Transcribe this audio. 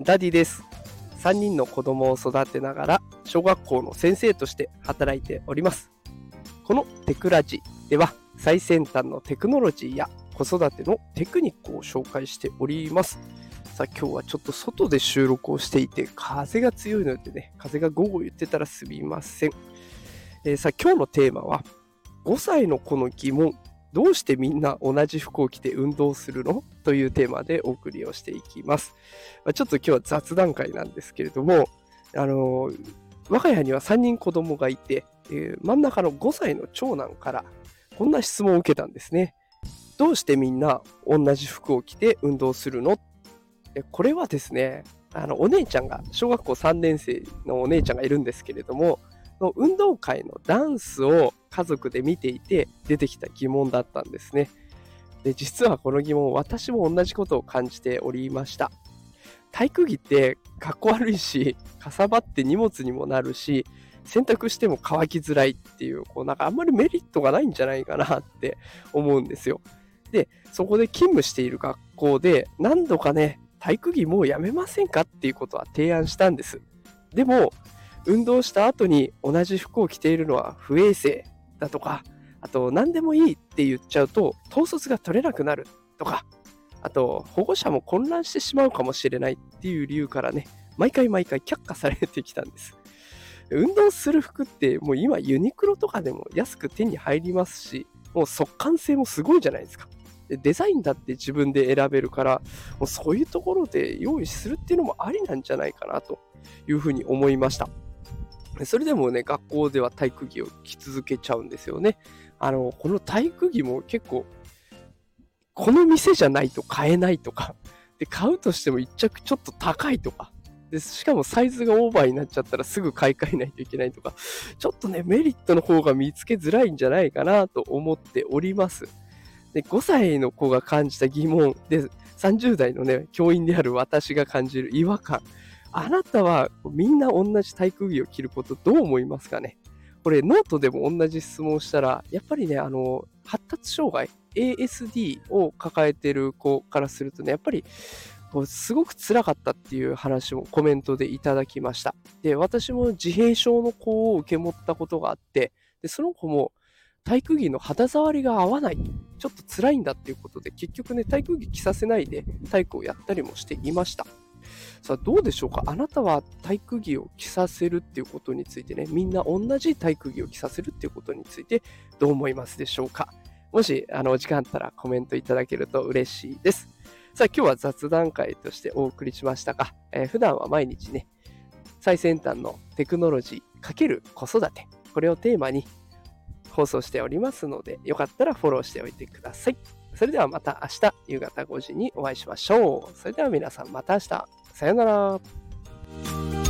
ダディです。3人の子供を育てながら小学校の先生として働いております。このテクラジでは最先端のテクノロジーや子育てのテクニックを紹介しております。さあ今日はちょっと外で収録をしていて風が強いのでね、風がゴーゴー言ってたらすみません。さあ今日のテーマは5歳の子の疑問、どうしてみんな同じ服を着て運動するのというテーマでお送りをしていきます。ちょっと今日は雑談会なんですけれども、我が家には3人子供がいて、真ん中の5歳の長男からこんな質問を受けたんですね。どうしてみんな同じ服を着て運動するの？これはですね、お姉ちゃんが、小学校3年生のお姉ちゃんがいるんですけれども、運動会のダンスを家族で見ていて出てきた疑問だったんですね。で、実はこの疑問、私も同じことを感じておりました。体育着ってかっこ悪いし、かさばって荷物にもなるし、洗濯しても乾きづらいっていう、なんかあんまりメリットがないんじゃないかなって思うんですよ。で、そこで勤務している学校で何度かね、体育着もうやめませんかっていうことは提案したんです。でも、運動した後に同じ服を着ているのは不衛生だとか、あと何でもいいって言っちゃうと統率が取れなくなるとか、あと保護者も混乱してしまうかもしれないっていう理由からね、毎回却下されてきたんです。運動する服ってもう今ユニクロとかでも安く手に入りますし、もう速乾性もすごいじゃないですか。デザインだって自分で選べるから、もうそういうところで用意するっていうのもありなんじゃないかなというふうに思いました。それでもね、学校では体育着を着続けちゃうんですよね。この体育着も結構、この店じゃないと買えないとか、で、買うとしても一着ちょっと高いとか、で、しかもサイズがオーバーになっちゃったらすぐ買い替えないといけないとか、ちょっとね、メリットの方が見つけづらいんじゃないかなと思っております。で、5歳の子が感じた疑問で、30代のね、教員である私が感じる違和感。あなたはみんな同じ体育着を着ることどう思いますかね？これノートでも同じ質問したら、やっぱりね、発達障害、ASD を抱えている子からするとね、やっぱりすごく辛かったっていう話もコメントでいただきました。で、私も自閉症の子を受け持ったことがあって、で、その子も体育着の肌触りが合わない。ちょっと辛いんだっていうことで、結局ね、体育着着させないで体育をやったりもしていました。さあ、どうでしょうか？あなたは体育着を着させるっていうことについてね、みんな同じ体育着を着させるっていうことについてどう思いますでしょうか？もし、お時間あったらコメントいただけると嬉しいです。さあ、今日は雑談会としてお送りしましたが、普段は毎日ね、最先端のテクノロジー×子育て、これをテーマに放送しておりますので、よかったらフォローしておいてください。それではまた明日夕方5時にお会いしましょう。それでは皆さんまた明日。さよなら。